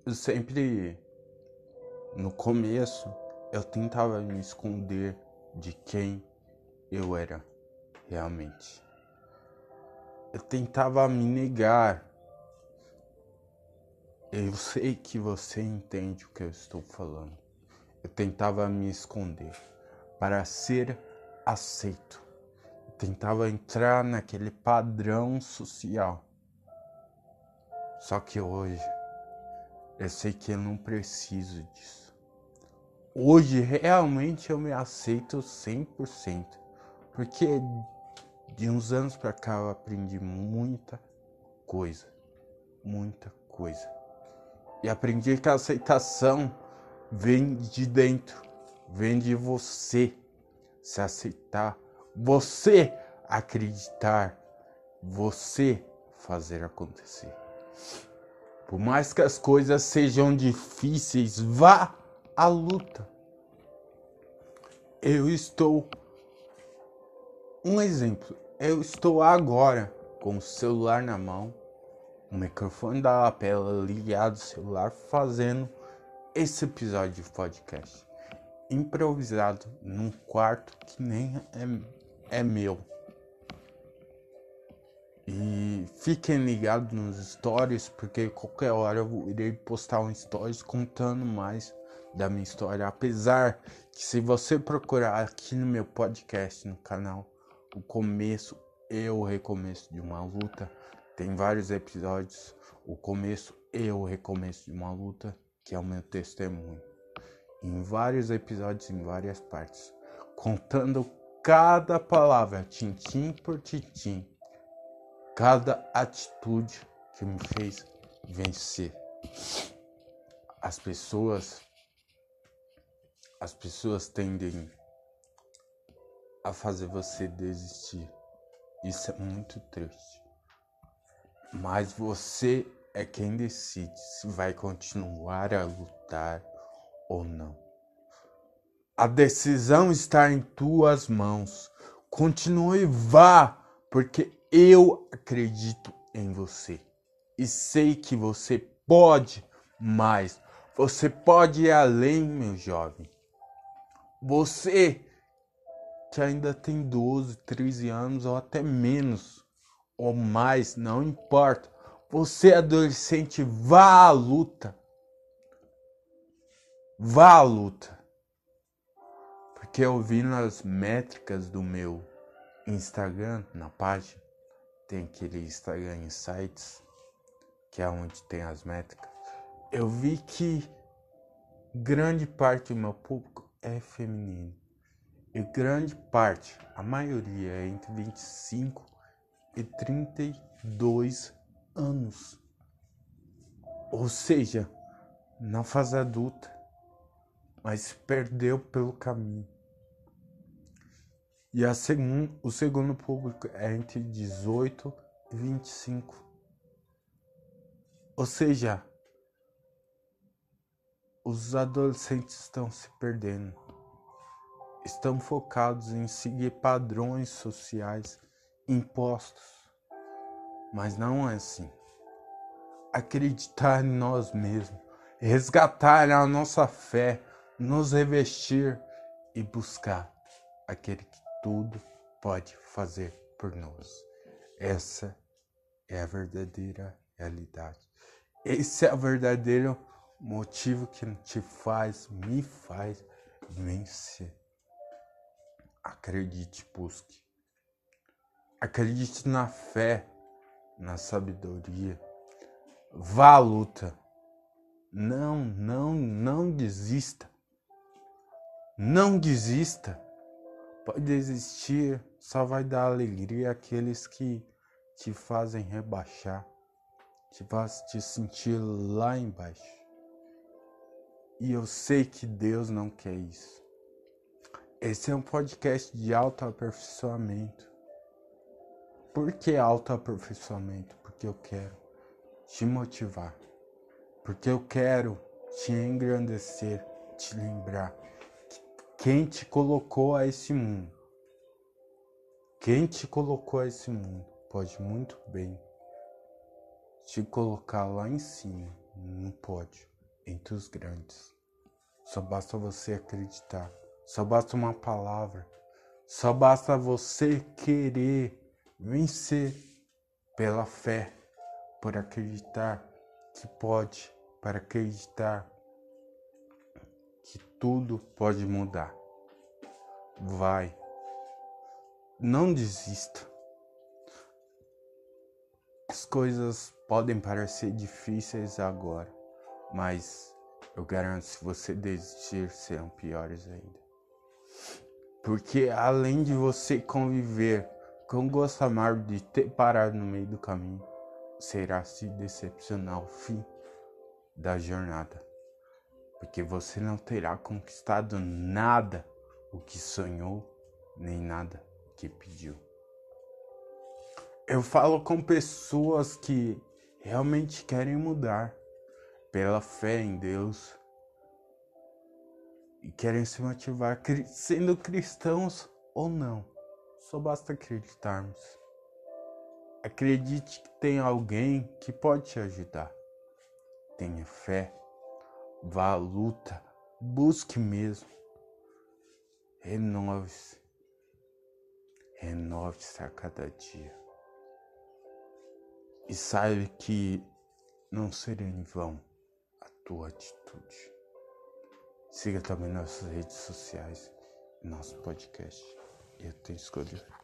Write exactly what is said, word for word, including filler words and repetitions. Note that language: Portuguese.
Eu sempre, no começo, eu tentava me esconder de quem eu era realmente. Eu tentava me negar. Eu sei que você entende o que eu estou falando. Eu tentava me esconder para ser aceito. Eu tentava entrar naquele padrão social. Só que hoje, eu sei que eu não preciso disso. Hoje, realmente, eu me aceito cem por cento. Porque de uns anos pra cá eu aprendi muita coisa. Muita coisa. E aprendi que a aceitação vem de dentro. Vem de você se aceitar. Você acreditar. Você fazer acontecer. Por mais que as coisas sejam difíceis, vá à luta. Eu estou... Um exemplo. Eu estou agora com o celular na mão, o microfone da lapela ligado no celular, fazendo esse episódio de podcast. Improvisado num quarto que nem é, é meu. E fiquem ligados nos stories, porque qualquer hora eu irei postar um stories contando mais da minha história. Apesar que se você procurar aqui no meu podcast, no canal, o começo e o recomeço de uma luta, tem vários episódios. O começo e o recomeço de uma luta, que é o meu testemunho. Em vários episódios, em várias partes, contando cada palavra, tintim por tintim. Cada atitude que me fez vencer. As pessoas, as pessoas tendem a fazer você desistir. Isso é muito triste. Mas você é quem decide se vai continuar a lutar ou não. A decisão está em tuas mãos. Continue, vá, porque eu acredito em você. E sei que você pode mais. Você pode ir além, meu jovem. Você que ainda tem doze, treze anos ou até menos ou mais, não importa. Você adolescente, vá à luta. Vá à luta. Porque eu vi nas métricas do meu Instagram, na página, tem aquele Instagram Insights, que é onde tem as métricas. Eu vi que grande parte do meu público é feminino. E grande parte, a maioria, é entre vinte e cinco e trinta e dois anos. Ou seja, na fase adulta, mas se perdeu pelo caminho. E a segun, o segundo público é entre dezoito e vinte e cinco. Ou seja, os adolescentes estão se perdendo. Estão focados em seguir padrões sociais impostos. Mas não é assim. Acreditar em nós mesmos, resgatar a nossa fé, nos revestir e buscar aquele que tudo pode fazer por nós. Essa é a verdadeira realidade. Esse é o verdadeiro motivo que te faz, me faz vencer. Acredite, busque. Acredite na fé, na sabedoria. Vá à luta. Não, não, não desista. Não desista. Pode desistir, só vai dar alegria àqueles que te fazem rebaixar, te fazem te sentir lá embaixo. E eu sei que Deus não quer isso. Esse é um podcast de autoaperfeiçoamento. Por que autoaperfeiçoamento? Porque eu quero te motivar. Porque eu quero te engrandecer, te lembrar quem te colocou a esse mundo. Quem te colocou a esse mundo pode muito bem te colocar lá em cima, no pódio. entre os grandes. Só basta você acreditar. Só basta uma palavra. Só basta você querer vencer pela fé, por acreditar que pode, para acreditar que tudo pode mudar. Vai. Não desista. As coisas podem parecer difíceis agora, mas eu garanto, se você desistir, serão piores ainda. Porque além de você conviver com o gosto amargo de ter parado no meio do caminho, será se decepcionar ao fim da jornada. Porque você não terá conquistado nada o que sonhou, nem nada o que pediu. Eu falo com pessoas que realmente querem mudar pela fé em Deus e querem se motivar, sendo cristãos ou não. Só basta acreditarmos. Acredite que tem alguém que pode te ajudar. Tenha fé, vá à luta, busque mesmo. Renove-se. Renove-se a cada dia. E saiba que não será em vão a tua atitude. Siga também nossas redes sociais e nosso podcast. Eu tenho escolhido.